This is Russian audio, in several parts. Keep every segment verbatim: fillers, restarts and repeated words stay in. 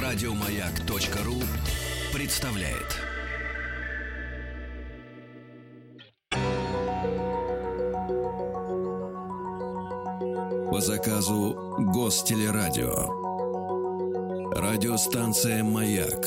Радиомаяк.ру представляет. По заказу Гостелерадио, радиостанция «Маяк»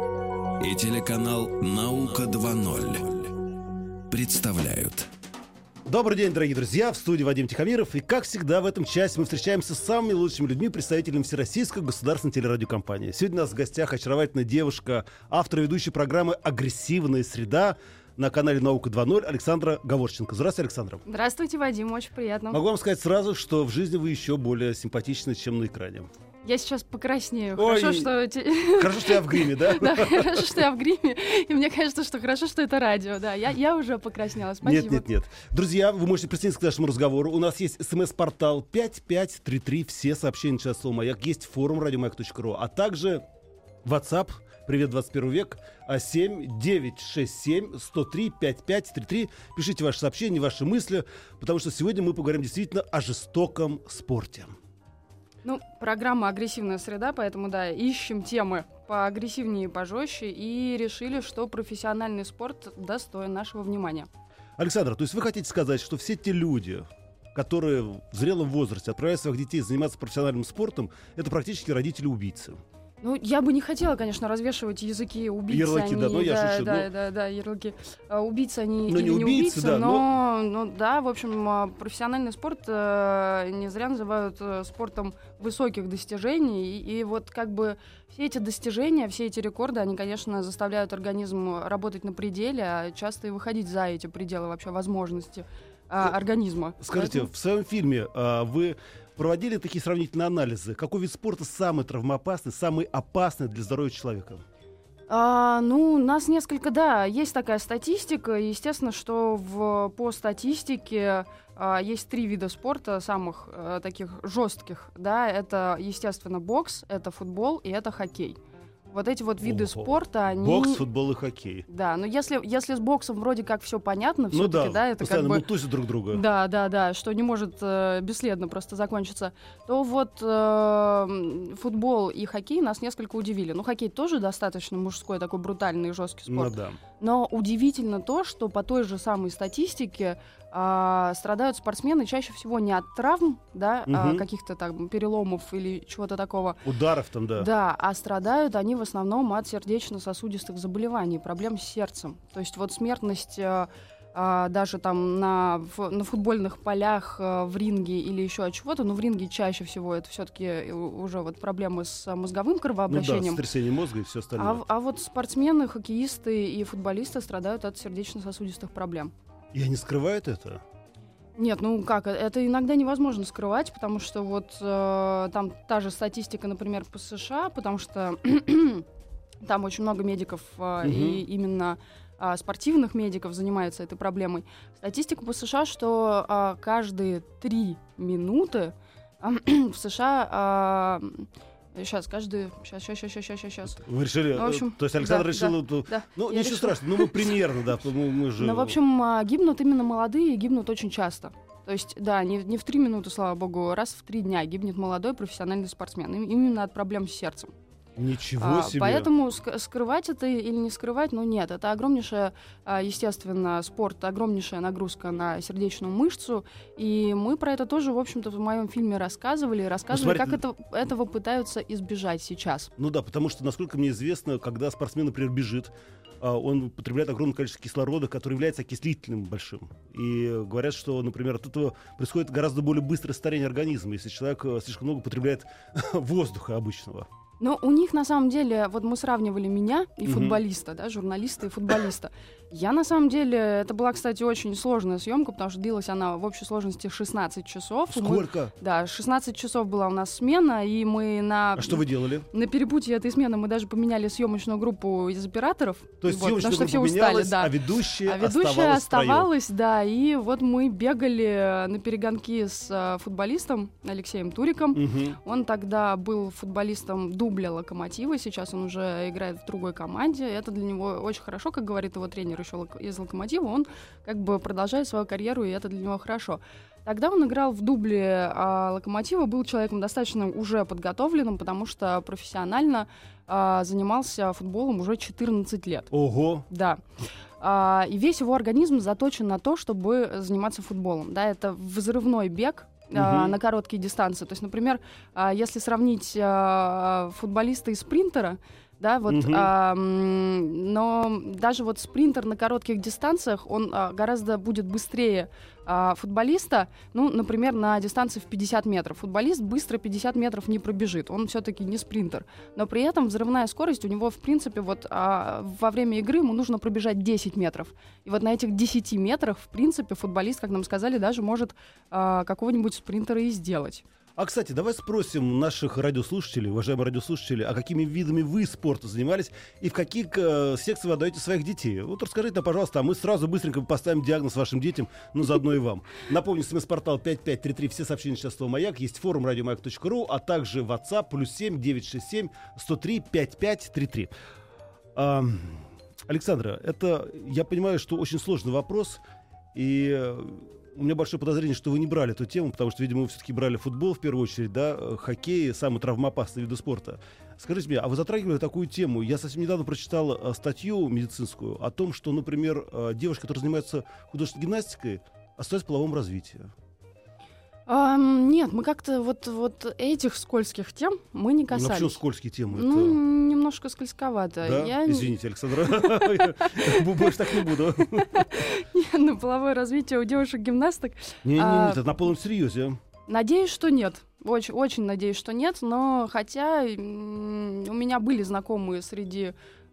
и телеканал «Наука два ноль» представляют. Добрый день, дорогие друзья, в студии Вадим Тихомиров. И, как всегда, в этом часе мы встречаемся с самыми лучшими людьми, представителями Всероссийской государственной телерадиокомпании. Сегодня у нас в гостях очаровательная девушка, автор и ведущей программы «Агрессивная среда» на канале «Наука два ноль» Александра Гаворченко. Здравствуйте, Александра. Здравствуйте, Вадим, очень приятно. Могу вам сказать сразу, что в жизни вы еще более симпатичны, чем на экране. Я сейчас покраснею. Ой, хорошо, что... Хорошо, что я в гриме, да? Да, хорошо, что я в гриме. И мне кажется, что хорошо, что это радио. Да, я, я уже покраснела. Спасибо. Нет, нет, нет. Друзья, вы можете присоединиться к нашему разговору. У нас есть смс-портал пять пять три три. Все сообщения начинают слово «Маяк». Есть форум радиомаяк точка ру, а также WhatsApp. Привет, двадцать первый век. семь девять шесть семь сто три пятьдесят пять тридцать три. Пишите ваши сообщения, ваши мысли, потому что сегодня мы поговорим действительно о жестоком спорте. Ну, программа «Агрессивная среда», поэтому, да, ищем темы поагрессивнее и пожестче, и решили, что профессиональный спорт достоин нашего внимания. Александра, то есть вы хотите сказать, что все те люди, которые в зрелом возрасте отправляют своих детей заниматься профессиональным спортом, это практически родители-убийцы? Ну, я бы не хотела, конечно, развешивать языки убийцы. Ярлыки, они, да, ну я да, шучу. да, ну... да, да, ярлыки. А, убийцы они ну, или не не убийцы, убийцы, да, но, но... Ну, да, в общем, профессиональный спорт э, не зря называют э, спортом высоких достижений. И, и вот как бы все эти достижения, все эти рекорды, они, конечно, заставляют организм работать на пределе, а часто и выходить за эти пределы вообще возможности э, организма. Скажите, Поэтому... в своем фильме э, вы... проводили такие сравнительные анализы? Какой вид спорта самый травмоопасный, самый опасный для здоровья человека? А, ну, у нас несколько, да, есть такая статистика. Естественно, что в, по статистике а, есть три вида спорта, самых а, таких жестких. Да, это, естественно, бокс, это футбол и это хоккей. Вот эти вот виды Ого. спорта, они... Бокс, футбол и хоккей. Да, но если, если с боксом вроде как все понятно, ну все-таки, да, да, это постоянно как бы... мутузят друг друга. Да, да, да, что не может э, бесследно просто закончиться, то вот э, футбол и хоккей нас несколько удивили. Ну, хоккей тоже достаточно мужской, такой брутальный и жесткий спорт. Ну да. Но удивительно то, что по той же самой статистике э, страдают спортсмены чаще всего не от травм, да, Угу. э, каких-то там переломов или чего-то такого. Ударов там, да. Да, а страдают они в основном от сердечно-сосудистых заболеваний, проблем с сердцем. То есть вот смертность э, э, даже там на, в, на футбольных полях, э, в ринге или еще от чего-то, но в ринге чаще всего это все-таки уже вот проблемы с мозговым Ну да, кровообращением. сотрясение мозга и все остальное. А, а вот спортсмены, хоккеисты и футболисты страдают от сердечно-сосудистых проблем. И они скрывают это? Нет, ну как, это иногда невозможно скрывать, потому что вот э, там та же статистика, например, по США, потому что там очень много медиков э, Мгм. и именно э, спортивных медиков занимается этой проблемой. Статистика по США, что э, каждые три минуты э, в США... Э, Сейчас, каждый... Сейчас, сейчас, сейчас, сейчас, сейчас. Вы решили... Ну, в общем, то есть Александр да, решил... да, да. Ну, Я ничего решила. страшного. Ну, мы примерно, да. Мы, мы же... Ну, в общем, а, гибнут именно молодые и гибнут очень часто. То есть, да, не, не в три минуты, слава богу, раз в три дня гибнет молодой профессиональный спортсмен. И- Именно от проблем с сердцем. Ничего А, себе. Поэтому ск- скрывать это или не скрывать, ну нет. Это огромнейшая, а, естественно, спорт, огромнейшая нагрузка на сердечную мышцу. И мы про это тоже, в общем-то, в моем фильме рассказывали. Рассказывали, смотрите, как это, этого пытаются избежать сейчас. Ну да, потому что, насколько мне известно, когда спортсмен, например, бежит, а, он потребляет огромное количество кислорода, который является окислительным большим. И говорят, что, например, от этого происходит гораздо более быстрое старение организма, если человек э, слишком много потребляет воздуха обычного. Но у них, на самом деле, вот мы сравнивали меня и Мгм. футболиста, да, журналиста и футболиста. Я, на самом деле, это была, кстати, очень сложная съемка, потому что длилась она в общей сложности шестнадцать часов. И мы- Сколько? да, шестнадцать часов была у нас смена, и мы на... А что вы делали? На перепутье этой смены мы даже поменяли съемочную группу из операторов. То есть вот, съемочная потому что группа все устали, менялась, да. а ведущая, А ведущая оставалась в строю. оставалась, да, и вот мы бегали на перегонки с а, футболистом Алексеем Туриком. Мгм. Он тогда был футболистом до дубле «Локомотива». Сейчас он уже играет в другой команде. Это для него очень хорошо, как говорит его тренер еще из «Локомотива». Он как бы продолжает свою карьеру, и это для него хорошо. Тогда он играл в дубле а, «Локомотива», был человеком достаточно уже подготовленным, потому что профессионально а, занимался футболом уже четырнадцать лет. Ого! Да. А, и весь его организм заточен на то, чтобы заниматься футболом. Да, это взрывной бег, Uh-huh. а, на короткие дистанции. То есть, например, а, если сравнить а, футболиста и спринтера, да, вот, uh-huh. а, но даже вот спринтер на коротких дистанциях, он а, гораздо будет быстрее а, футболиста, ну, например, на дистанции в пятьдесят метров. Футболист быстро пятьдесят метров не пробежит, он все-таки не спринтер. Но при этом взрывная скорость у него, в принципе, вот а, во время игры ему нужно пробежать десять метров. И вот на этих десяти метрах, в принципе, футболист, как нам сказали, даже может а, какого-нибудь спринтера и сделать. А, кстати, давай спросим наших радиослушателей, уважаемые радиослушатели, а какими видами вы спорта занимались и в каких э, секциях вы отдаете своих детей? Вот расскажите нам, пожалуйста, а мы сразу быстренько поставим диагноз вашим детям, ну, заодно и вам. Напомню, смс-портал пять пять три три, все сообщения сейчас слово «Маяк», есть форум радиомаяк точка ру, а также WhatsApp плюс семь девятьсот шестьдесят семь сто три пятьдесят пять тридцать три. А, Александра, это, я понимаю, что очень сложный вопрос, и... У меня большое подозрение, что вы не брали эту тему, потому что, видимо, вы все-таки брали футбол в первую очередь, да, хоккей, самый травмоопасный вид спорта. Скажите мне, а вы затрагивали такую тему? Я совсем недавно прочитал а, статью медицинскую о том, что, например, а, девушки, которые занимаются художественной гимнастикой, остаются в половом развитии. А, нет, мы как-то вот, вот этих скользких тем мы не касались. Ну, почему скользкие темы? Ну, это... немножко скользковато. Да? Я... Извините, Александра, больше так не буду. На половое развитие у девушек-гимнасток. Не-не-не, это на полном серьезе. Надеюсь, что нет. Очень, очень надеюсь, что нет. Но хотя у меня были знакомые среди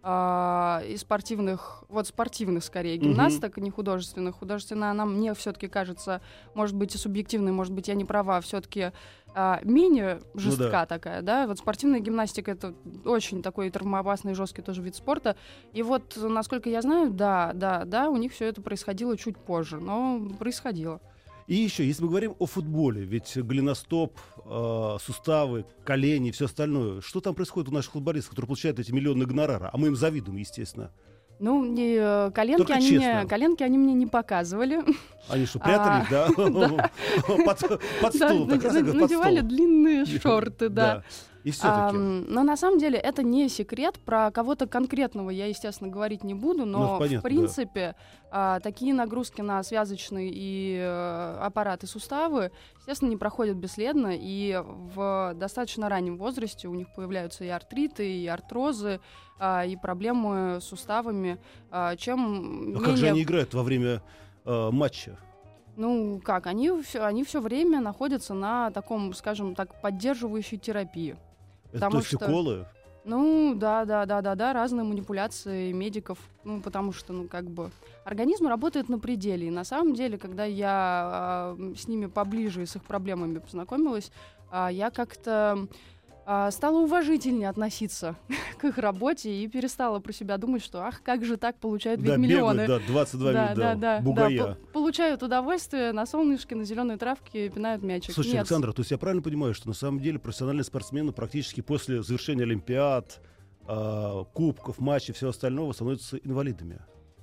и спортивных, вот спортивных скорее гимнасток, uh-huh. не художественных. Художественная она мне все-таки кажется, может быть и субъективной, может быть я не права, все-таки а, менее жестка ну, да. такая, да. Вот спортивная гимнастика — это очень такой травмоопасный и жесткий тоже вид спорта. И вот, насколько я знаю, да, да, да, у них все это происходило чуть позже, но происходило. И еще, если мы говорим о футболе, ведь голеностоп, э, суставы, колени и все остальное, что там происходит у наших футболистов, которые получают эти миллионные гонорары? А мы им завидуем, естественно. Ну, и, коленки, они мне, коленки они мне не показывали. Они что, прятали их, да? Под стол. Надевали длинные шорты, да. И все-таки. Но на самом деле это не секрет. Про кого-то конкретного я, естественно, говорить не буду, но в принципе такие нагрузки на связочные и аппараты, суставы, естественно, не проходят бесследно, и в достаточно раннем возрасте у них появляются и артриты, и артрозы, и проблемы с суставами, чем менее... Как же они играют во время э, матча? Ну, как, они все, они все время находятся на таком, скажем так, поддерживающей терапии. Это то есть что, уколы? Ну, да, да, да, да, да, разные манипуляции медиков, ну, потому что, ну, как бы, организм работает на пределе, и на самом деле, когда я э, с ними поближе и с их проблемами познакомилась, э, я как-то... стала уважительнее относиться к их работе и перестала про себя думать, что ах, как же так получают ведь да, миллионы. Бегают, да, двадцать два да, минут, да, да, бугая. Да, по- получают удовольствие на солнышке, на зеленой травке, пинают мячик. Слушай, Нет. Александра, то есть я правильно понимаю, что на самом деле профессиональные спортсмены практически после завершения олимпиад, э, кубков, матчей и всего остального становятся инвалидами?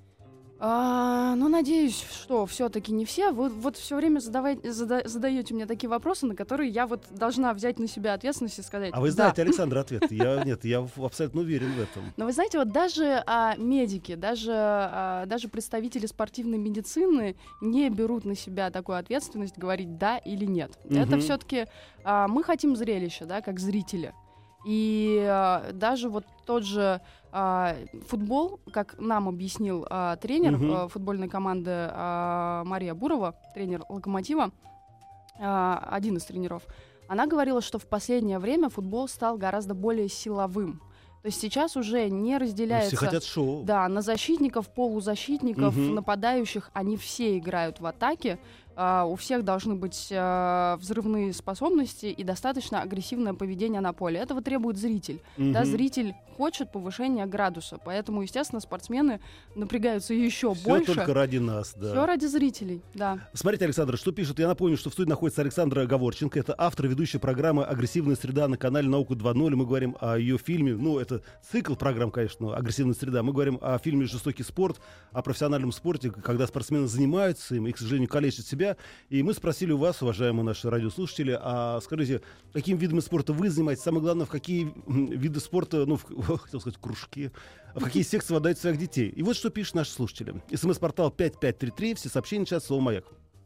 А, ну, надеюсь, что все-таки не все. Вы вот все время задавай, зада, задаете мне такие вопросы, на которые я вот должна взять на себя ответственность и сказать. А вы знаете, да. Александр, ответ? Я нет, я абсолютно уверен в этом. Но вы знаете, вот даже а, медики, даже, а, даже представители спортивной медицины не берут на себя такую ответственность говорить да или нет. Угу. Это все-таки а, мы хотим зрелища, да, как зрители. И а, даже вот тот же а, футбол, как нам объяснил а, тренер uh-huh. а, футбольной команды а, Мария Бурова, тренер «Локомотива», а, один из тренеров, она говорила, что в последнее время футбол стал гораздо более силовым. То есть сейчас уже не разделяется... Все хотят шоу. Да, на защитников, полузащитников, угу. нападающих. Они все играют в атаке. Uh, у всех должны быть uh, взрывные способности и достаточно агрессивное поведение на поле. Этого требует зритель. Mm-hmm. Да, зритель хочет повышения градуса, поэтому, естественно, спортсмены напрягаются еще Всё больше. Все только ради нас, да. Все ради зрителей, да. Смотрите, Александр, что пишут. Я напомню, что в студии находится Александра Гаворченко. Это автор и ведущая программы «Агрессивная среда» на канале «Наука два ноль». Мы говорим о ее фильме. Ну, это цикл программ, конечно, «Агрессивная среда». Мы говорим о фильме «Жестокий спорт», о профессиональном спорте, когда спортсмены занимаются им и, к сожалению, калечат себя. И мы спросили у вас, уважаемые наши радиослушатели, а скажите, какими видами спорта вы занимаетесь? Самое главное, в какие виды спорта, ну, в, хотел сказать, кружки, в какие секции вы отдаете своих детей? И вот что пишут наши слушатели. СМС-портал пять пять три три, все сообщения сейчас, слово «Маяк».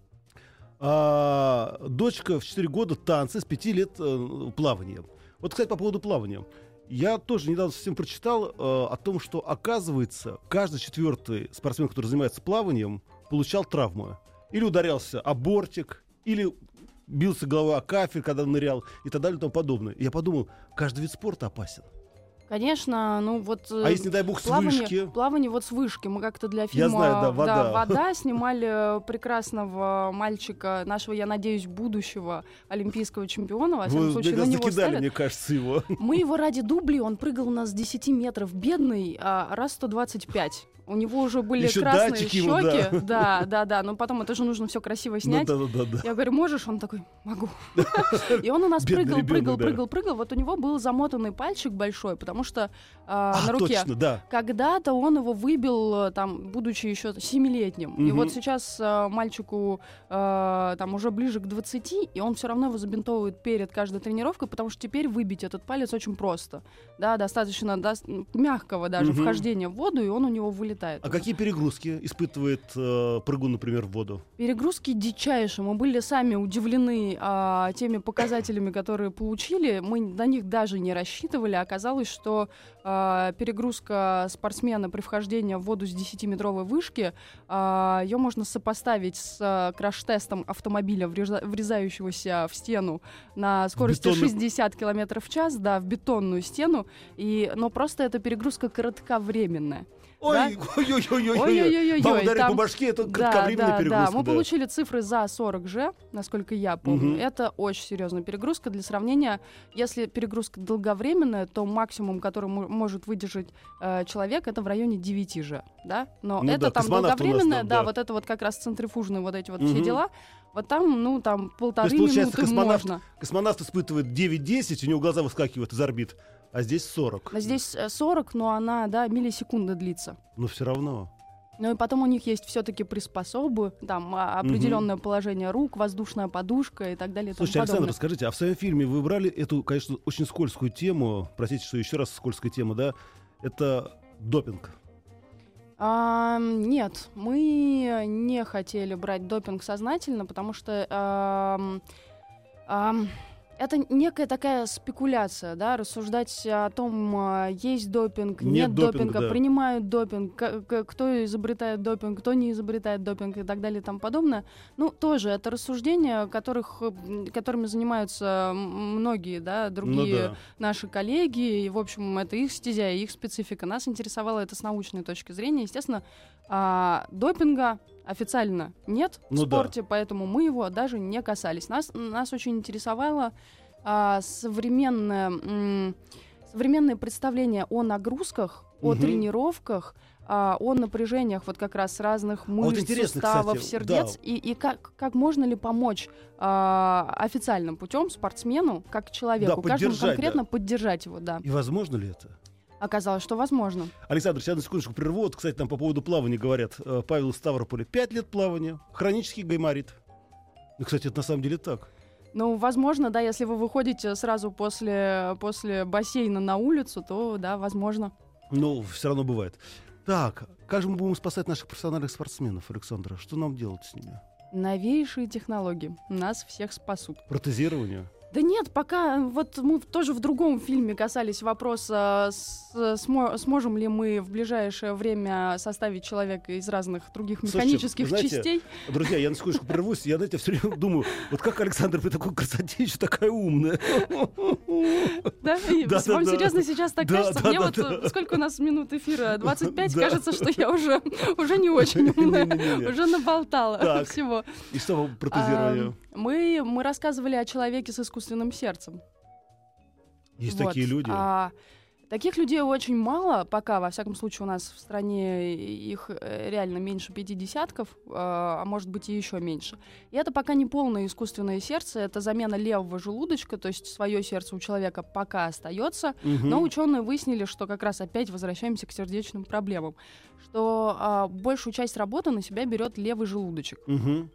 А, дочка в четыре года танцы, с пяти лет э, плавание. Вот, кстати, по поводу плавания. Я тоже недавно совсем прочитал э, о том, что, оказывается, каждый четвертый спортсмен, который занимается плаванием, получал травму. Или ударялся о бортик, или бился головой о кафель, когда нырял, и так далее и тому подобное. И я подумал, каждый вид спорта опасен. Конечно, ну вот... А если, не дай бог, с плавание, вышки? Плавание вот с вышки. Мы как-то для фильма я знаю, да, вода. Да, «Вода» снимали прекрасного мальчика, нашего, я надеюсь, будущего олимпийского чемпиона. Во всяком Вы случае, на него закидали, ставят. мне кажется, его. Мы его ради дублей, он прыгал у нас с десяти метров, бедный, а раз сто двадцать пять. У него уже были Еще красные щеки, ему, да. да, да, да. Но потом это же нужно все красиво снять. Ну, да, да, да. Я говорю, можешь? Он такой, могу. И он у нас Бедный прыгал, ребенок, прыгал, да. прыгал, прыгал. Вот у него был замотанный пальчик большой, потому что а, А, на руке. точно, да. Когда-то он его выбил, там, будучи еще семилетним. И Мгм. вот сейчас а, мальчику а, там уже ближе к двадцати, и он все равно его забинтовывает перед каждой тренировкой, потому что теперь выбить этот палец очень просто. Да, достаточно да, мягкого даже Мгм. вхождения в воду, и он у него вылетает. А какие перегрузки испытывает э, прыгун, например, в воду? Перегрузки дичайшие. Мы были сами удивлены а, теми показателями, которые получили. Мы на них даже не рассчитывали. Оказалось, что а, перегрузка спортсмена при вхождении в воду с десятиметровой вышки, а, ее можно сопоставить с а, краш-тестом автомобиля, вреза- врезающегося в стену на скорости Бетонную- шестьдесят километров в час, да, в бетонную стену. И, но просто эта перегрузка кратковременная. Ой, ой-ой-ой-ой. Ой-ой-ой-ой-ой, Вам ударили там- по башке, это Да, кратковременная да, перегрузка. да. Мы да. получили цифры за сорок же, насколько я помню. Мгм. Это очень серьезная перегрузка. Для сравнения, если перегрузка долговременная, то максимум, который мо- может выдержать э, человек, это в районе девяти же, да? Но Ну это да, там космонавты у нас долговременная, там, да, да. вот это вот как раз центрифужные вот эти вот Мгм. все дела. Вот там, ну, там полторы получается, минуты космонавт- можно. Космонавт испытывает девять-десять, у него глаза выскакивают из орбит, а здесь сорок. А здесь э, сорок, но она, да, миллисекунды длится. Но все равно. Ну и потом у них есть все-таки приспособы, там а, определенное положение рук, воздушная подушка и так далее. и тому Слушайте, Александр, подобное. скажите, а в своем фильме вы брали эту, конечно, очень скользкую тему, простите, что еще раз скользкая тема, да, это допинг. А, нет, мы не хотели брать допинг сознательно, потому что ам, ам, это некая такая спекуляция, да, рассуждать о том, а, есть допинг, Нет нет, допинга, допинга, да. принимают допинг, к- к- кто изобретает допинг, кто не изобретает допинг и так далее и тому подобное. Ну, тоже это рассуждения, которых, м, которыми занимаются м, многие, да, другие Ну да. наши коллеги, и, в общем, это их стезя, их специфика. Нас интересовало это с научной точки зрения. Естественно, а, допинга официально нет в Ну да. спорте, поэтому мы его даже не касались. Нас, нас очень интересовало а, современное, м, современное представление о нагрузках, о Мгм. тренировках, а, о напряжениях вот как раз разных вот мышц, интересно, суставов, кстати, сердец, да. и, и как, как можно ли помочь а, официальным путем спортсмену, как человеку, Да, каждому поддержать, конкретно поддержать его, да. И возможно ли это? Оказалось, что возможно. Александр, сейчас на секундочку прерву. Вот, кстати, там по поводу плавания говорят. Э, Павел из Ставрополя. Пять лет плавания. Хронический гайморит. Ну, кстати, это на самом деле так. Ну, возможно, да, если вы выходите сразу после, после бассейна на улицу, то, да, возможно. Но все равно бывает. Так, как же мы будем спасать наших профессиональных спортсменов, Александра? Что нам делать с ними? Новейшие технологии нас всех спасут. Протезирование? Да нет, пока вот мы тоже в другом фильме касались вопроса, с, смо, сможем ли мы в ближайшее время составить человека из разных других механических Слушайте, частей. Знаете, друзья, я на секундочку прервусь, я, знаете, все время думаю, вот как Александр при такой красоте еще такая умная. Да? Вам серьезно сейчас так кажется? Мне вот, сколько у нас минут эфира? двадцать пять, кажется, что я уже уже не очень умная, уже наболтала всего. И что вы протезировали? Мы, мы рассказывали о человеке с искусственным сердцем. Есть вот. такие люди? А, таких людей очень мало пока, во всяком случае, у нас в стране их реально меньше пяти десятков, а, а может быть и еще меньше. И это пока не полное искусственное сердце, это замена левого желудочка, то есть свое сердце у человека пока остается, угу. но ученые выяснили, что как раз опять возвращаемся к сердечным проблемам, что а, большую часть работы на себя берет левый желудочек. Угу.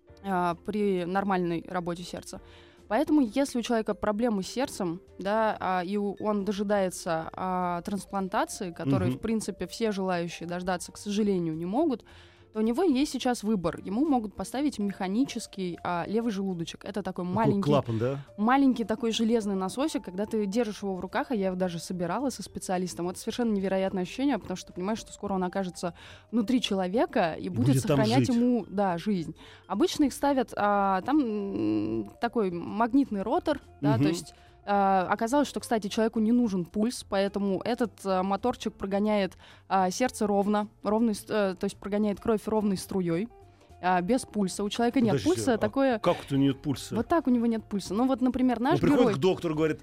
При нормальной работе сердца. Поэтому, если у человека проблемы с сердцем, да, а, и он дожидается а, трансплантации, которой, угу. в принципе, все желающие дождаться, к сожалению, не могут, то у него есть сейчас выбор. Ему могут поставить механический а, левый желудочек. Это такой маленький, клапан, да? маленький такой железный насосик, когда ты держишь его в руках, а я его даже собирала со специалистом. Это совершенно невероятное ощущение, потому что ты понимаешь, что скоро он окажется внутри человека и будет, будет сохранять ему, да, жизнь. Обычно их ставят, а, там м- такой магнитный ротор, да, угу. то есть Uh, оказалось, что, кстати, человеку не нужен пульс, поэтому этот uh, моторчик прогоняет uh, сердце ровно, ровный, uh, то есть прогоняет кровь ровной струей, uh, без пульса. У человека нет Подождите, пульса. А такое... как это нет пульса? Вот так у него нет пульса. Ну вот, например, наш Он герой... приходит к доктору, говорит...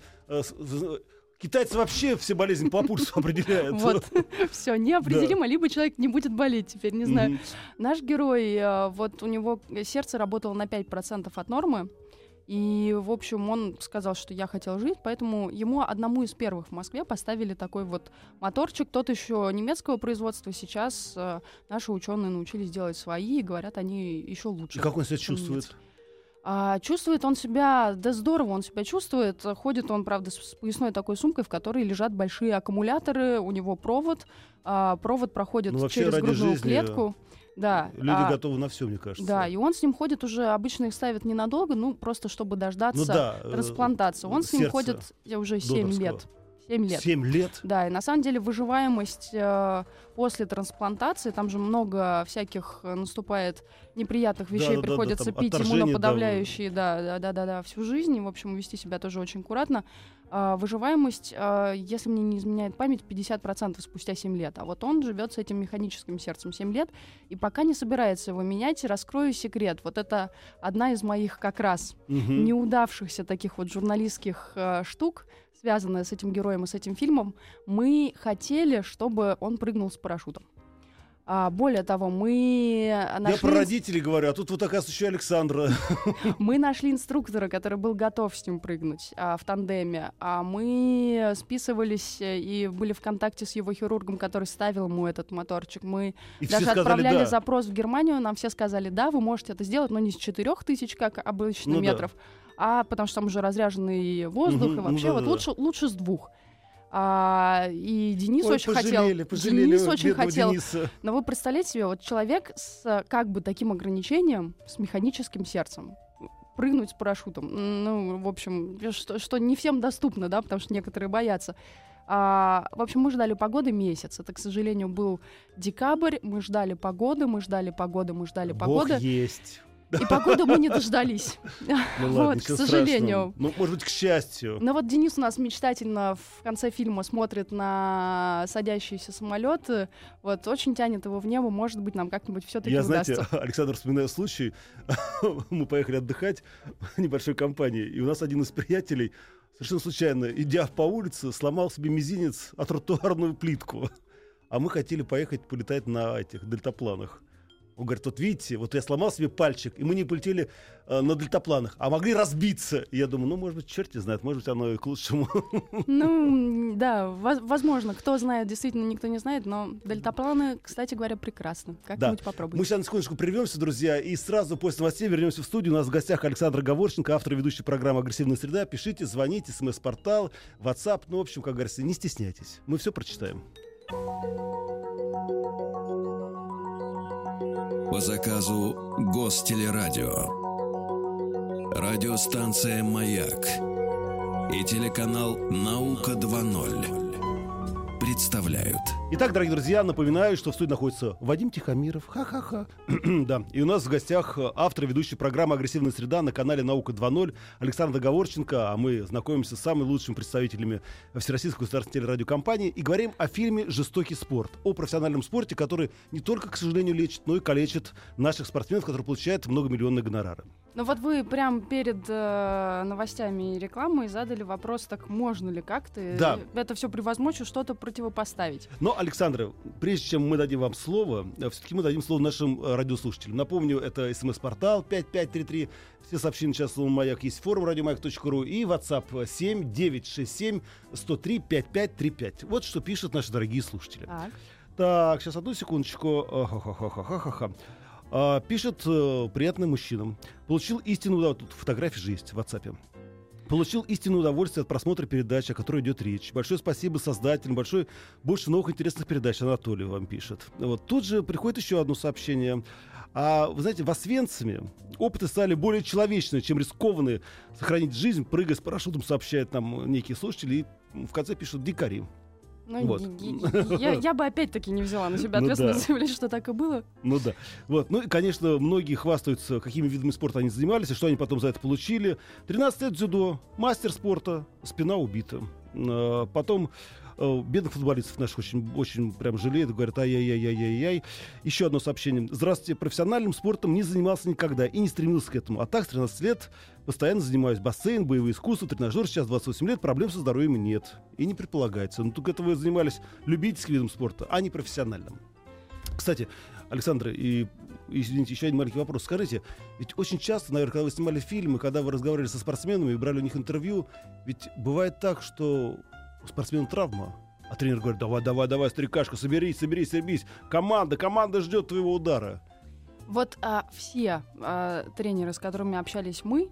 Китайцы вообще все болезни по пульсу определяют. Вот, все, неопределимо, либо человек не будет болеть теперь, не знаю. Наш герой, вот у него сердце работало на пять процентов от нормы, и, в общем, он сказал, что я хотел жить, поэтому ему одному из первых в Москве поставили такой вот моторчик. Тот еще немецкого производства. Сейчас э, наши ученые научились делать свои, и говорят, они еще лучше. И как он себя чувствует? А, чувствует он себя, да здорово он себя чувствует. Ходит он, правда, с, с поясной такой сумкой, в которой лежат большие аккумуляторы, у него провод. А, провод проходит ну, через грудную жизни... клетку. Да, люди а, готовы на все, мне кажется. Да, и он с ним ходит уже, обычно их ставят ненадолго, ну, просто чтобы дождаться ну, да, трансплантации. Он с ним ходит уже семь лет. семь лет. семь лет? Да, и на самом деле выживаемость э, после трансплантации, там же много всяких наступает неприятных вещей, да, приходится да, да, пить иммуноподавляющие, да, да, да, да, да, всю жизнь, и, в общем, вести себя тоже очень аккуратно. Э, выживаемость, э, если мне не изменяет память, пятьдесят процентов спустя семь лет, а вот он живет с этим механическим сердцем семь лет, и пока не собирается его менять. Раскрою секрет, вот это одна из моих как раз угу. неудавшихся таких вот журналистских э, штук, связанная с этим героем и с этим фильмом. Мы хотели, чтобы он прыгнул с парашютом. А, более того, мы нашли... Я про родителей говорю, а тут вот, оказывается, еще Александра. Мы нашли инструктора, который был готов с ним прыгнуть а, в тандеме. А мы списывались и были в контакте с его хирургом, который ставил ему этот моторчик. Мы и даже сказали, отправляли да. запрос в Германию, нам все сказали, да, вы можете это сделать, но не с четырех тысяч, как обычно, ну, метров, да. а потому что там уже разряженный воздух, угу, и вообще ну, да, вот да. Лучше, лучше с двух. А, и Денис Ой, очень пожалели, хотел. Пожалели Денис очень хотел. Дениса. Но вы представляете себе, вот человек с как бы таким ограничением, с механическим сердцем, прыгнуть с парашютом. Ну, в общем, что, что не всем доступно, да, потому что некоторые боятся. А, в общем, мы ждали погоды месяц. Это, к сожалению, был декабрь. Мы ждали погоды, мы ждали погоды, мы ждали погоды. Бог есть. И погоду мы не дождались. Ну ладно, вот, к сожалению. Ну, может быть, к счастью. Но вот Денис у нас мечтательно в конце фильма смотрит на садящиеся самолеты. Вот, очень тянет его в небо. Может быть, нам как-нибудь все-таки Я, удастся. знаете, Александр, вспоминаю случай. Мы поехали отдыхать в небольшой компании, и у нас один из приятелей, совершенно случайно, идя по улице, сломал себе мизинец о тротуарную плитку. А мы хотели поехать полетать на этих дельтапланах. Он говорит, вот видите, вот я сломал себе пальчик, и мы не полетели э, на дельтапланах, а могли разбиться. И я думаю, ну, может быть, черт не знает, может быть, оно и к лучшему. Ну, да, возможно, кто знает, действительно никто не знает, но дельтапланы, кстати говоря, прекрасны. Как-нибудь да. попробуйте. Мы сейчас на секундочку прервемся, друзья, и сразу после новостей вернемся в студию. У нас в гостях Александр Гаворченко, автор и ведущий программы «Агрессивная среда». Пишите, звоните, смс-портал, WhatsApp. Ну, в общем, как говорится, не стесняйтесь. Мы все прочитаем. По заказу Гостелерадио. Радиостанция «Маяк» и телеканал «Наука два ноль» представляют. Итак, дорогие друзья, напоминаю, что в студии находится Вадим Тихомиров. Ха-ха-ха. Да. И у нас в гостях автор и ведущий программы «Агрессивная среда» на канале «Наука два ноль» Александр Договорченко. А мы знакомимся с самыми лучшими представителями Всероссийской государственной телерадиокомпании и говорим о фильме «Жестокий спорт». О профессиональном спорте, который не только, к сожалению, лечит, но и калечит наших спортсменов, которые получают многомиллионные гонорары. Ну вот вы прям перед э, новостями и рекламой задали вопрос, так можно ли как-то да. это все превозмочь и что-то противопоставить. Но, Александр, прежде чем мы дадим вам слово, все-таки мы дадим слово нашим радиослушателям. Напомню, это смс-портал пять пять три три, все сообщения сейчас слово «Маяк», есть форум радиомаяк точка ру и WhatsApp семь девять шесть семь сто три пятьдесят пять тридцать пять. Вот что пишут наши дорогие слушатели. Так, так сейчас одну секундочку. Ха-ха-ха-ха-ха-ха. А, пишет э, приятный мужчина. Получил истинную удовольствие. Тут фотографии же есть в WhatsApp. Получил истинное удовольствие от просмотра передачи, о которой идет речь. Большое спасибо создателям. Большое, больше новых интересных передач. Анатолий вам пишет. Вот. Тут же приходит еще одно сообщение. А вы знаете, в Освенциме опыты стали более человечными, чем рискованные сохранить жизнь, прыгая с парашютом, сообщает нам некие слушатели. И в конце пишут «дикари». ну, Вот. я, я бы опять-таки не взяла на себя Ну ответственность да. заявлять, что так и было. Ну да. Вот. Ну и, конечно, многие хвастаются, какими видами спорта они занимались, и что они потом за это получили. тринадцать лет дзюдо, мастер спорта, спина убита. А, потом а, бедных футболистов наших очень, очень прям жалеют, говорят, ай-яй-яй-яй-яй-яй. Еще одно сообщение. Здравствуйте, профессиональным спортом не занимался никогда и не стремился к этому. А так, с тринадцати лет постоянно занимаюсь. Бассейн, боевые искусства, тренажер. Сейчас двадцать восемь лет, проблем со здоровьем нет. И не предполагается. Но только это вы занимались любительским видом спорта, а не профессиональным. Кстати, Александр, и, извините, еще один маленький вопрос. Скажите, ведь очень часто, наверное, когда вы снимали фильмы, когда вы разговаривали со спортсменами и брали у них интервью, ведь бывает так, что у спортсмена травма, а тренер говорит, давай, давай, давай, старикашка, соберись, соберись, соберись. Команда, команда ждет твоего удара. Вот а, все а, тренеры, с которыми общались мы,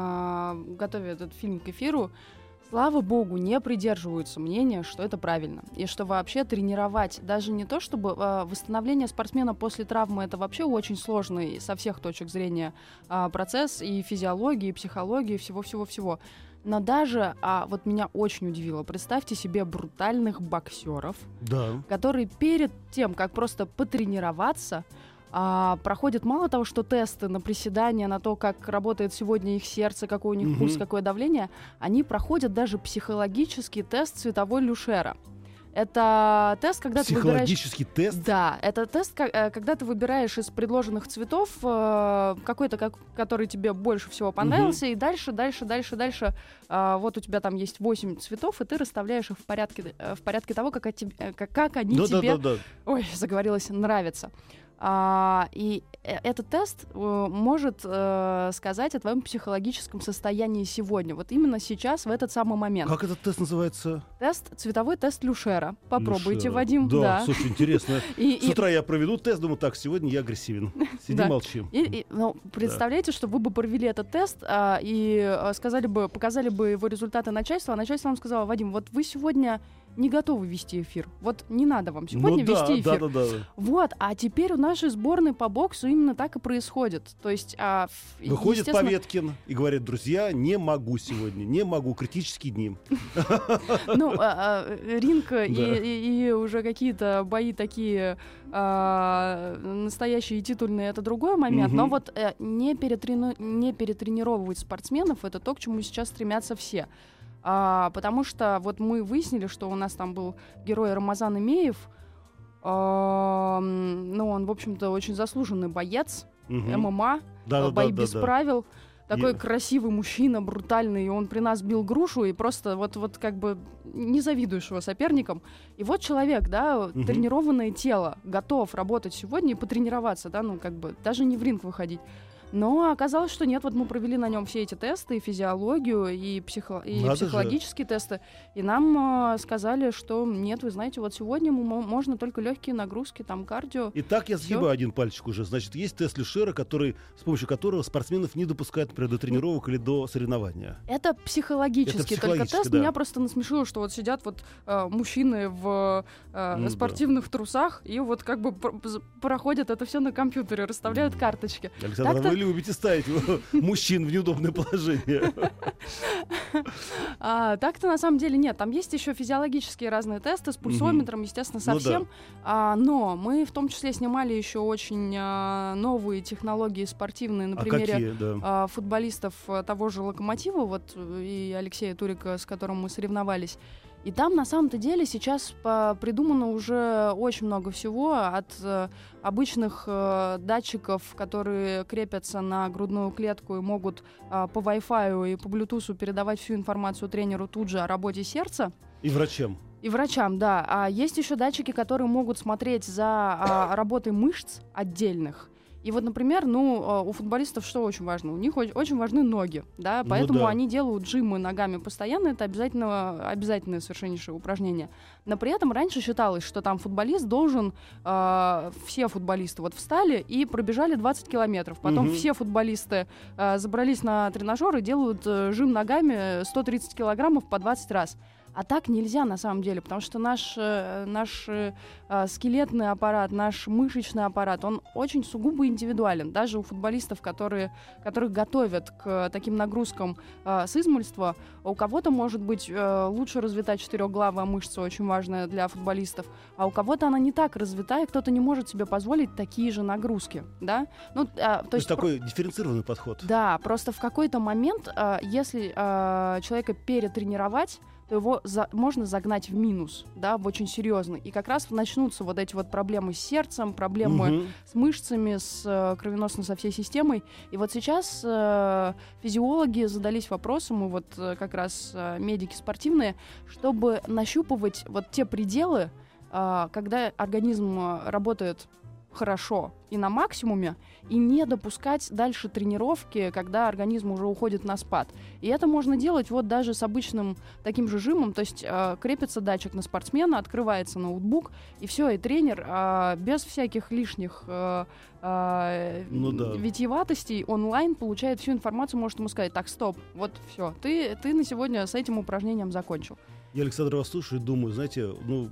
а, готовя этот фильм к эфиру, слава богу, не придерживаются мнения, что это правильно. И что вообще тренировать, даже не то, чтобы э, восстановление спортсмена после травмы, это вообще очень сложный со всех точек зрения э, процесс и физиологии, и психологии, и всего-всего-всего. Но даже, а, вот меня очень удивило, представьте себе брутальных боксеров, Да. которые перед тем, как просто потренироваться, А, проходят мало того, что тесты на приседания, на то, как работает сегодня их сердце, какой у них Мгм. пульс, какое давление, они проходят даже психологический тест цветовой Люшера. Это тест, когда ты выбираешь... Психологический тест. Да, это тест, ка- э, когда ты выбираешь из предложенных цветов э, какой-то, как- который тебе больше всего понравился, и дальше, дальше, дальше, дальше. э, вот у тебя там есть восемь цветов, и ты расставляешь их в порядке, э, в порядке того, как, оти- э, как, как они Да, да, тебе... да, да. Ой, заговорилась, нравится. А, и э- этот тест э, может э, сказать о твоем психологическом состоянии сегодня. Вот именно сейчас, в этот самый момент. Как этот тест называется? Тест, цветовой тест Люшера. Попробуйте, Люшера. Вадим. Да, Да. слушай, интересно. И, С и- утра я проведу тест, думаю, так, сегодня я агрессивен. Сиди, Да. молчи. и- и, ну, представляете, что вы бы провели этот тест а, и а, сказали бы, показали бы его результаты начальству, а начальство вам сказало: Вадим, вот вы сегодня не готовы вести эфир. Вот не надо вам сегодня Ну да, вести да, эфир. да, да. Вот, а теперь у нашей сборной по боксу именно так и происходит. То есть, а, ф- Выходит естественно, Поветкин и говорит: друзья, не могу сегодня, не могу, критические дни. ну, а, а, ринг и, Да. и- и уже какие-то бои такие а, настоящие и титульные, это другой момент. Мгм. Но вот э, не, перетрени- не перетренировывать спортсменов — это то, к чему сейчас стремятся все. А, потому что вот мы выяснили, что у нас там был герой Рамазан Имеев. А, м, ну, он, в общем-то, очень заслуженный боец, Мгм. ММА, Да, да, бои да, без да, да. правил. Такой Я- красивый мужчина, брутальный, и он при нас бил грушу, и просто вот, вот как бы не завидуешь его соперникам. И вот человек, да, Мгм. тренированное тело, готов работать сегодня и потренироваться, да, ну как бы даже не в ринг выходить. Но оказалось, что нет, вот мы провели на нем все эти тесты, и физиологию, и, психо- и Надо же. психологические тесты, и нам э, сказали, что нет, вы знаете, вот сегодня мы мо- можно только легкие нагрузки, там кардио. Итак, я Всё. сгибаю один пальчик уже. Значит, есть тест Люшера, который, с помощью которого спортсменов не допускают, например, до тренировок или до соревнования. Это психологический, Это только психологический, тест. да. Меня просто насмешило, что вот сидят вот э, мужчины в э, Ну да. спортивных трусах и вот как бы пр- з- проходят это все на компьютере, расставляют карточки. Александр, Так-то- вы любите ставить мужчин в неудобное положение. А, так-то на самом деле нет. Там есть еще физиологические разные тесты с пульсометром, mm-hmm. естественно, совсем. Ну, да. а, но мы в том числе снимали еще очень а, новые технологии спортивные на примере а какие, да. а, футболистов того же «Локомотива», вот и Алексея Турика, с которым мы соревновались. И там на самом-то деле сейчас по- придумано уже очень много всего, от э, обычных э, датчиков, которые крепятся на грудную клетку и могут э, по Wi-Fi и по Bluetooth передавать всю информацию тренеру тут же о работе сердца. И врачам. И врачам, да. А есть еще датчики, которые могут смотреть за а, работой мышц отдельных. И вот, например, ну, у футболистов что очень важно? У них очень важны ноги, да, поэтому ну, да. они делают жимы ногами постоянно, это обязательно, обязательное совершеннейшее упражнение. Но при этом раньше считалось, что там футболист должен, э, все футболисты вот встали и пробежали двадцать километров, потом угу. все футболисты э, забрались на тренажер и делают э, жим ногами сто тридцать килограммов по двадцать раз. А так нельзя на самом деле, потому что наш, наш э, скелетный аппарат, наш мышечный аппарат, он очень сугубо индивидуален. Даже у футболистов, которые, которых готовят к таким нагрузкам э, с измольства, у кого-то может быть э, лучше развита четырехглавая мышца, очень важная для футболистов, а у кого-то она не так развита, и кто-то не может себе позволить такие же нагрузки. Да? Ну, э, то, то есть такой про... дифференцированный подход. Да, просто в какой-то момент, э, если э, человека перетренировать, то его за, можно загнать в минус, да, в очень серьезный. И как раз начнутся вот эти вот проблемы с сердцем, проблемы угу. с мышцами, с э, кровеносной со всей системой. И вот сейчас э, физиологи задались вопросом, и вот э, как раз э, медики спортивные, чтобы нащупывать вот те пределы, э, когда организм работает хорошо и на максимуме, и не допускать дальше тренировки, когда организм уже уходит на спад. И это можно делать вот даже с обычным таким же жимом, то есть э, крепится датчик на спортсмена, открывается ноутбук, и все, и тренер э, без всяких лишних э, э, ну, да. витиеватостей онлайн получает всю информацию, может ему сказать: так, стоп, вот все, ты, ты на сегодня с этим упражнением закончил. Я, Александр, вас слушаю и думаю, знаете, ну,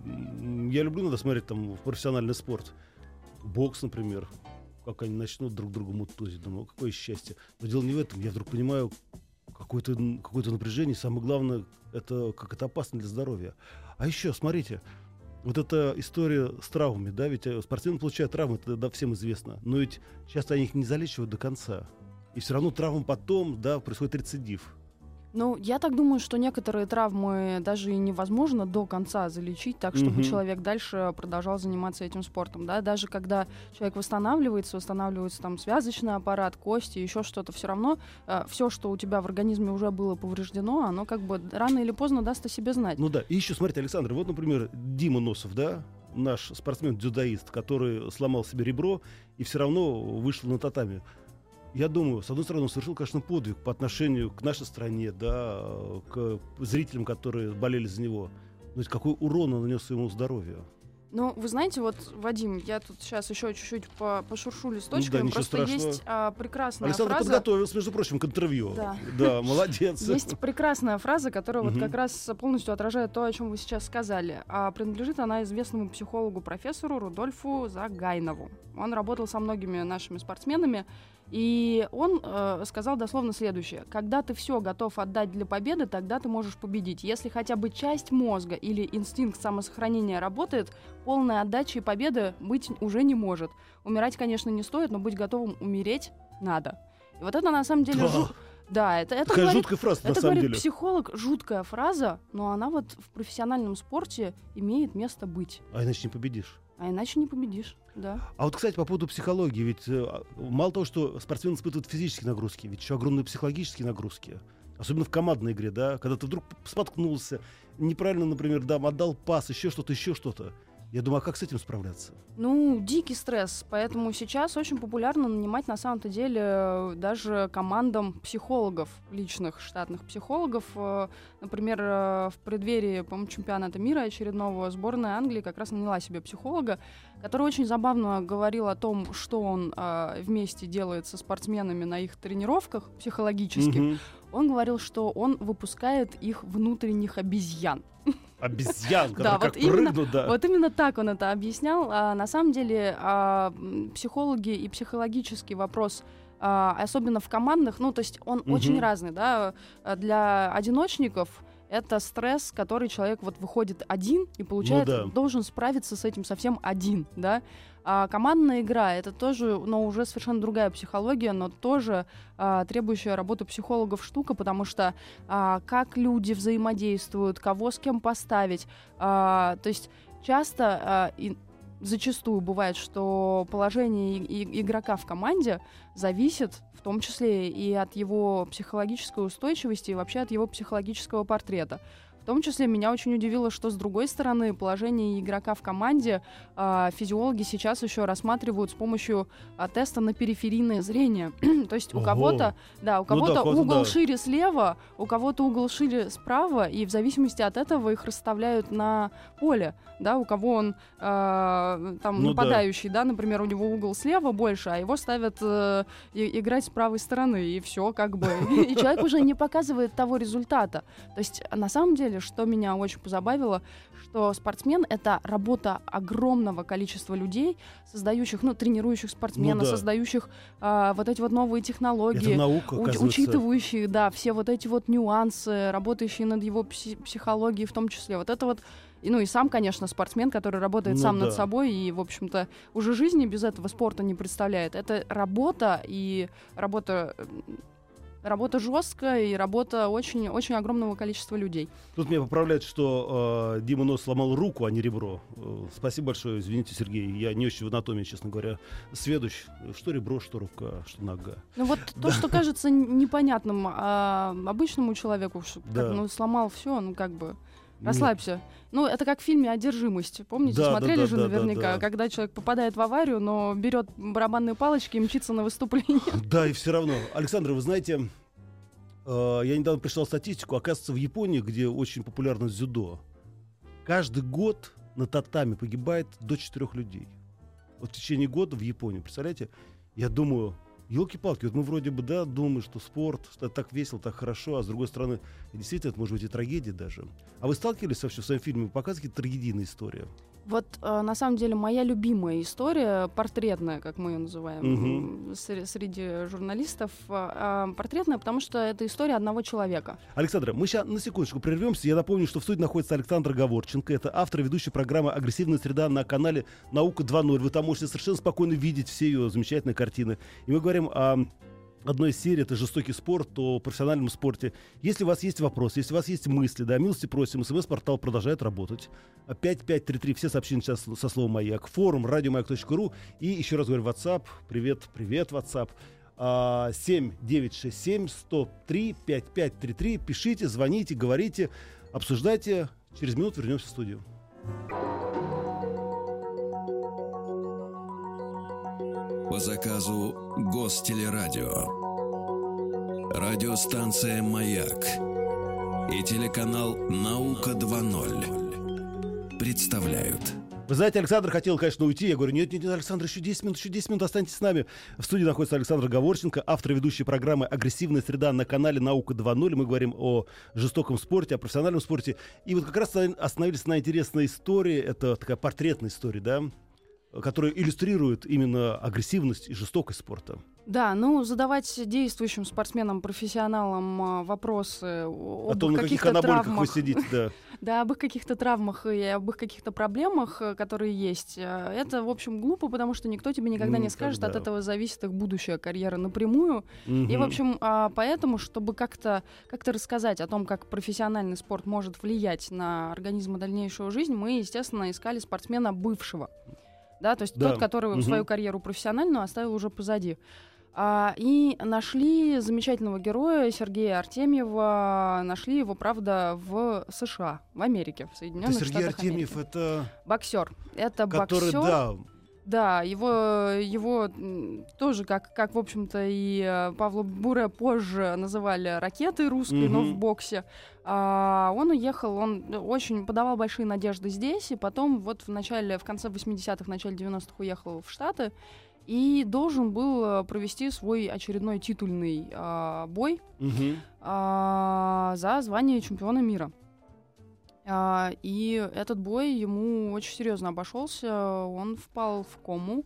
я люблю иногда смотреть там в профессиональный спорт. Бокс, например, как они начнут друг другу мутузить. Думаю, какое счастье. Но дело не в этом. Я вдруг понимаю какое-то, какое-то напряжение. Самое главное, это как это опасно для здоровья. А еще, смотрите, вот эта история с травмами, да, ведь спортсмены получают травмы, это да, всем известно. Но ведь часто они их не залечивают до конца. И все равно травмам потом, да, происходит рецидив. Ну, я так думаю, что некоторые травмы даже и невозможно до конца залечить, так, чтобы mm-hmm. человек дальше продолжал заниматься этим спортом, да, даже когда человек восстанавливается, восстанавливается там связочный аппарат, кости, еще что-то, все равно э, все, что у тебя в организме уже было повреждено, оно как бы рано или поздно даст о себе знать. Ну да, и еще, смотрите, Александр, вот, например, Дима Носов, да, наш спортсмен-дзюдоист, который сломал себе ребро и все равно вышел на татами. Я думаю, с одной стороны, он совершил, конечно, подвиг по отношению к нашей стране, да, к зрителям, которые болели за него. Но ведь какой урон он нанес своему здоровью. Ну, вы знаете, вот, Вадим, я тут сейчас еще чуть-чуть по- пошуршу листочками. Ну, да, просто страшного. Есть а, прекрасная Александр фраза... подготовился, между прочим, к интервью. Да, да молодец. Есть прекрасная фраза, которая вот как раз полностью отражает то, о чем вы сейчас сказали. А принадлежит она известному психологу-профессору Рудольфу Загайнову. Он работал со многими нашими спортсменами. И он э, сказал дословно следующее: когда ты все готов отдать для победы, тогда ты можешь победить. Если хотя бы часть мозга или инстинкт самосохранения работает, полной отдачи и победы быть уже не может. Умирать, конечно, не стоит, но быть готовым умереть надо. И вот это на самом деле... Жу... Да, это, это Такая говорит, жуткая фраза, это на самом говорит деле. Психолог, жуткая фраза, но она вот в профессиональном спорте имеет место быть. А иначе не победишь. А иначе не победишь, да. А вот, кстати, по поводу психологии, ведь э, мало того, что спортсмены испытывают физические нагрузки, ведь еще огромные психологические нагрузки. Особенно в командной игре, да, когда ты вдруг споткнулся, неправильно, например, да, отдал пас, еще что-то, еще что-то. Я думаю, а как с этим справляться? Ну, дикий стресс, поэтому сейчас очень популярно нанимать на самом-то деле даже командам психологов, личных штатных психологов. Например, в преддверии, по-моему, чемпионата мира очередного сборная Англии как раз наняла себе психолога, который очень забавно говорил о том, что он э, вместе делает со спортсменами на их тренировках психологических. Mm-hmm. Он говорил, что он выпускает их внутренних обезьян. Обезьян, да, как вот именно, прыгнут, да. Вот именно так он это объяснял. А, на самом деле а, психологи и психологический вопрос а, особенно в командных, ну, то есть он Мгм. очень разный, да, для одиночников это стресс, который человек вот выходит один и получает, да. должен справиться с этим совсем один, да. А командная игра — это тоже, но уже совершенно другая психология, но тоже а, требующая работы психологов штука, потому что а, как люди взаимодействуют, кого с кем поставить, а, то есть часто а, и зачастую бывает, что положение и- и- игрока в команде зависит в том числе и от его психологической устойчивости, и вообще от его психологического портрета. В том числе меня очень удивило, что с другой стороны положение игрока в команде а, физиологи сейчас еще рассматривают с помощью а, теста на периферийное зрение. То есть у Ого. кого-то, да, у Ну да, кого-то кого-то угол да. шире слева, у кого-то угол шире справа, и в зависимости от этого их расставляют на поле, да, у кого он а, там Ну да. нападающий, да. например, у него угол слева больше, а его ставят э, и- играть с правой стороны, и все, как бы, и человек уже не показывает того результата. То есть на самом деле, что меня очень позабавило, что спортсмен — это работа огромного количества людей, создающих, ну, тренирующих спортсмена, Ну да. создающих а, вот эти вот новые технологии, Это наука, уч- оказывается. учитывающие, да, все вот эти вот нюансы, работающие над его пси- психологией в том числе. Вот это вот, и, ну и сам, конечно, спортсмен, который работает Ну сам да. над собой и, в общем-то, уже жизни без этого спорта не представляет. Это работа, и работа... м, Работа жесткая и работа очень, очень огромного количества людей. Тут меня поправляют, что э, Дима Нос сломал руку, а не ребро. Э, спасибо большое, извините, Сергей. Я не очень в анатомии, честно говоря, сведущ. Что ребро, что рука, что нога. Ну вот то, что кажется н- непонятным а, обычному человеку, что как, Да. ну, сломал все, ну как бы расслабься. Ну, это как в фильме «Одержимость». Помните, Да, да, смотрели да, же да, да, наверняка, да. когда человек попадает в аварию, но берет барабанные палочки и мчится на выступление. Да, и все равно. Александр, вы знаете, э, я недавно прочитал статистику. Оказывается, в Японии, где очень популярно дзюдо, каждый год на татами погибает до четырех людей. Вот в течение года в Японии, представляете? Я думаю, елки-палки, вот мы вроде бы, да, думаем, что спорт, что это так весело, так хорошо, а с другой стороны, действительно, это может быть и трагедия даже. А вы сталкивались вообще в своем фильме, показываете какие-то трагедийные истории? Вот, э, на самом деле, моя любимая история, портретная, как мы ее называем, Мгм. м, сре- среди журналистов, э, э, портретная, потому что это история одного человека. Александра, мы сейчас на секундочку прервемся. Я напомню, что в студии находится Александр Гаворченко. Это автор и ведущий программы «Агрессивная среда» на канале «Наука два ноль». Вы там можете совершенно спокойно видеть все ее замечательные картины. И мы говорим о одной из серий, это «Жестокий спорт», о профессиональном спорте. Если у вас есть вопросы, если у вас есть мысли, да, милости просим. СМС-портал продолжает работать. пять пять три три, все сообщения сейчас со словом «Маяк». Форум радиомаяк точка ру. И еще раз говорю, WhatsApp. Привет, привет, WhatsApp. семь девять шесть семь сто три пять пять три три. Пишите, звоните, говорите, обсуждайте. Через минуту вернемся в студию. По заказу Гостелерадио. Радиостанция «Маяк» и телеканал «Наука два ноль» представляют. Вы знаете, Александр хотел, конечно, уйти. Я говорю, нет, нет, нет, Александр, еще десять минут, еще десять минут, останьтесь с нами. В студии находится Александр Гаворченко, автор и ведущий программы «Агрессивная среда» на канале «Наука два ноль». Мы говорим о жестоком спорте, о профессиональном спорте. И вот как раз остановились на интересной истории. Это такая портретная история, да, которая иллюстрирует именно агрессивность и жестокость спорта. Да, ну, задавать действующим спортсменам-профессионалам а, вопросы о- О об том, их на каких каких-то анаболиках вы травмах, сидите, да. да, об их каких-то травмах и об их каких-то проблемах, э, которые есть, э, это, в общем, глупо, потому что никто тебе никогда не скажет, от Никогда. этого зависит их будущая карьера напрямую. И, в Мгм. общем, а, поэтому, чтобы как-то как-то рассказать о том, как профессиональный спорт может влиять на организм и дальнейшую жизнь, мы, естественно, искали спортсмена бывшего. Да, то есть Да. тот, который Мгм. свою карьеру профессиональную оставил уже позади. А, и нашли замечательного героя Сергея Артемьева. Нашли его, правда, в США, в Америке, в Это Соединенных Сергей Штатах Артемьев, Америки. это Боксер. Это который, боксер. да, Да, его, его м, тоже, как, как, в общем-то, и э, Павла Буре позже называли ракетой русской, но Мгм. в боксе. А, он уехал, он очень подавал большие надежды здесь, и потом вот в начале, в конце восьмидесятых, в начале девяностых уехал в Штаты и должен был э, провести свой очередной титульный а, бой мгм. а, за звание чемпиона мира. А, и этот бой ему очень серьезно обошелся. Он впал в кому.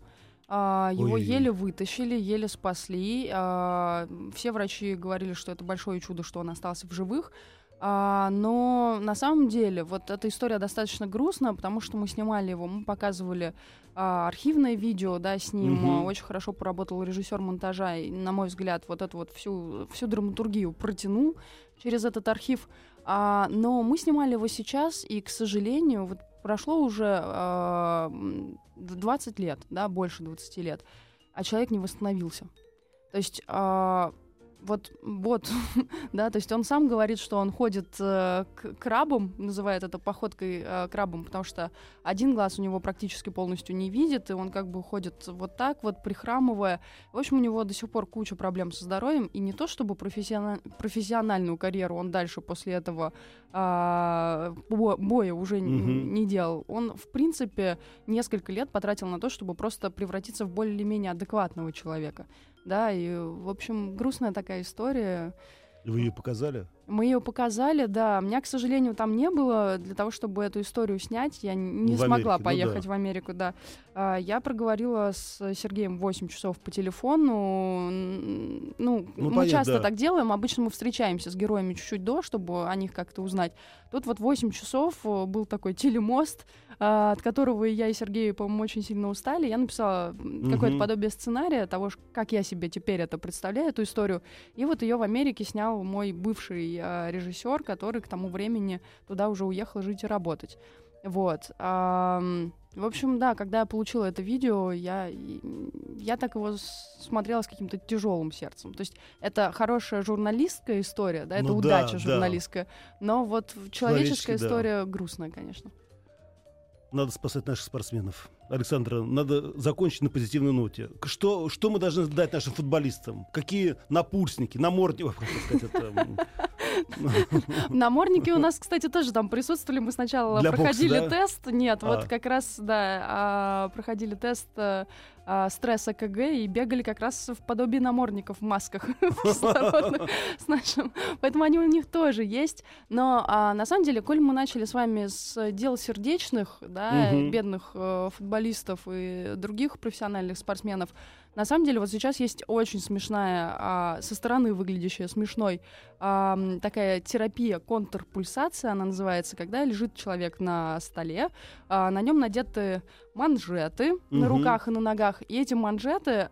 А, его Ой-ой-ой. еле вытащили, еле спасли. А, все врачи говорили, что это большое чудо, что он остался в живых. А, но на самом деле вот эта история достаточно грустная, потому что мы снимали его, мы показывали а, архивное видео, да, с ним. Мгм. Очень хорошо поработал режиссер монтажа, и, на мой взгляд, вот эту вот всю, всю драматургию протянул через этот архив. А, но мы снимали его сейчас, и, к сожалению, вот прошло уже а, м, двадцать лет, да, больше двадцати лет, а человек не восстановился. То есть а, вот, вот, да, то есть он сам говорит, что он ходит э, к крабам, называет это походкой э, крабом, потому что один глаз у него практически полностью не видит, и он как бы ходит вот так вот, прихрамывая. В общем, у него до сих пор куча проблем со здоровьем, и не то чтобы профессиональ... профессиональную карьеру он дальше после этого э, бо- боя уже Мгм. не делал. Он, в принципе, несколько лет потратил на то, чтобы просто превратиться в более-менее адекватного человека. Да, и, в общем, грустная такая история. Вы ее показали? Мы ее показали, да. Меня, к сожалению, там не было для того, чтобы эту историю снять. Я н- не В смогла Америке, ну поехать да. в Америку, да. А, я проговорила с Сергеем восемь часов по телефону. Н- Ну, Ну, мы понятно, часто да. так делаем. Обычно мы встречаемся с героями чуть-чуть до, чтобы о них как-то узнать. Тут вот восемь часов э, был такой телемост, а, от которого и я, и Сергей, по-моему, очень сильно устали. Я написала м, какое-то Мгм. подобие сценария того, ш- как я себе теперь это представляю, эту историю. И вот ее в Америке снял мой бывший а, режиссер, который к тому времени туда уже уехал жить и работать. Вот. Ам, в общем, да, когда я получила это видео, я, и- я так его с- смотрела с каким-то тяжелым сердцем. То есть это хорошая журналистская история, да, это Ну да, удача да. журналистская, но вот Человеческий, человеческая да. история грустная, конечно. Надо спасать наших спортсменов. Александра, надо закончить на позитивной ноте. К- Что, что мы должны дать нашим футболистам? Какие напульсники, намордники, как сказать, это, м, Намордники у нас, кстати, тоже там присутствовали. Мы сначала Для бокса, проходили да? тест. Нет, вот А. как раз, да, а, проходили тест а, а, стресс ЭКГ и бегали как раз в подобии намордников в масках кислородных с нашим. Поэтому они у них тоже есть. Но а, на самом деле, коль мы начали с вами с дел сердечных, да, Мгм. бедных э, футболистов и других профессиональных спортсменов, на самом деле, вот сейчас есть очень смешная, а, со стороны выглядящая смешной, а, м, такая терапия, контрпульсация, она называется, когда лежит человек на столе, а, на нем надеты манжеты на Мгм. руках и на ногах, и эти манжеты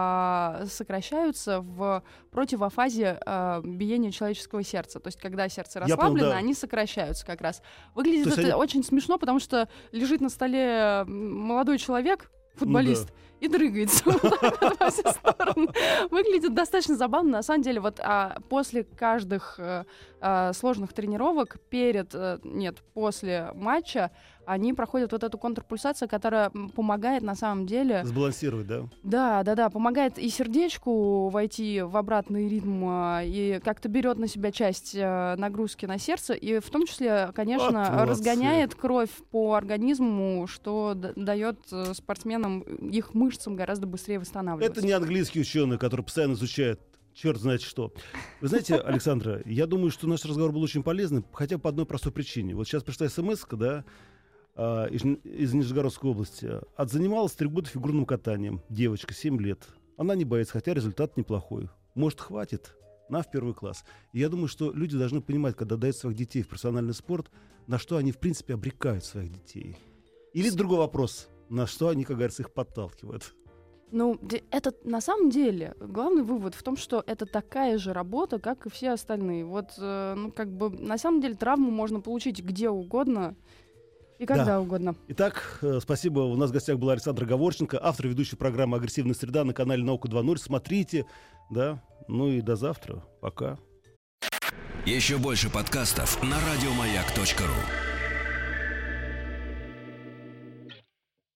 а, сокращаются в противофазе а, биения человеческого сердца. То есть, когда сердце Я понял, расслаблено, да. они сокращаются как раз. Выглядит То есть это они- очень смешно, потому что лежит на столе м, молодой человек, футболист, Ну и дрыгается вот так вот во все стороны. Выглядит достаточно забавно. На самом деле, вот а, после каждых э, а, сложных тренировок, перед, э, нет, после матча, они проходят вот эту контрпульсацию, которая м, помогает на самом деле... Сбалансировать, да? Да, да, да, помогает и сердечку войти в обратный ритм, а, и как-то берет на себя часть а, нагрузки на сердце, и в том числе, конечно, Вот молодцы. разгоняет кровь по организму, что д- дает э, спортсменам, их мышцам гораздо быстрее восстанавливаться. Это не английские ученые, которые постоянно изучают черт знает что. Вы знаете, Александра, я думаю, что наш разговор был очень полезный, хотя бы по одной простой причине. Вот сейчас пришла смс-ка, да, а, из, из Нижегородской области. Отзанималась три года фигурным катанием. Девочка, семь лет. Она не боится, хотя результат неплохой. Может, хватит? На, в первый класс. И я думаю, что люди должны понимать, когда дают своих детей в профессиональный спорт, на что они, в принципе, обрекают своих детей. Или другой вопрос, на что они, как говорится, их подталкивают. Ну, де- это на самом деле главный вывод в том, что это такая же работа, как и все остальные. Вот, э, ну, как бы, на самом деле травму можно получить где угодно и когда Да. угодно. Итак, э, спасибо. У нас в гостях была Александра Гаворченко, автор и ведущей программы «Агрессивная среда» на канале «Наука два ноль». Смотрите, да. Ну и до завтра. Пока. Еще больше подкастов на радиомаяк точка ру.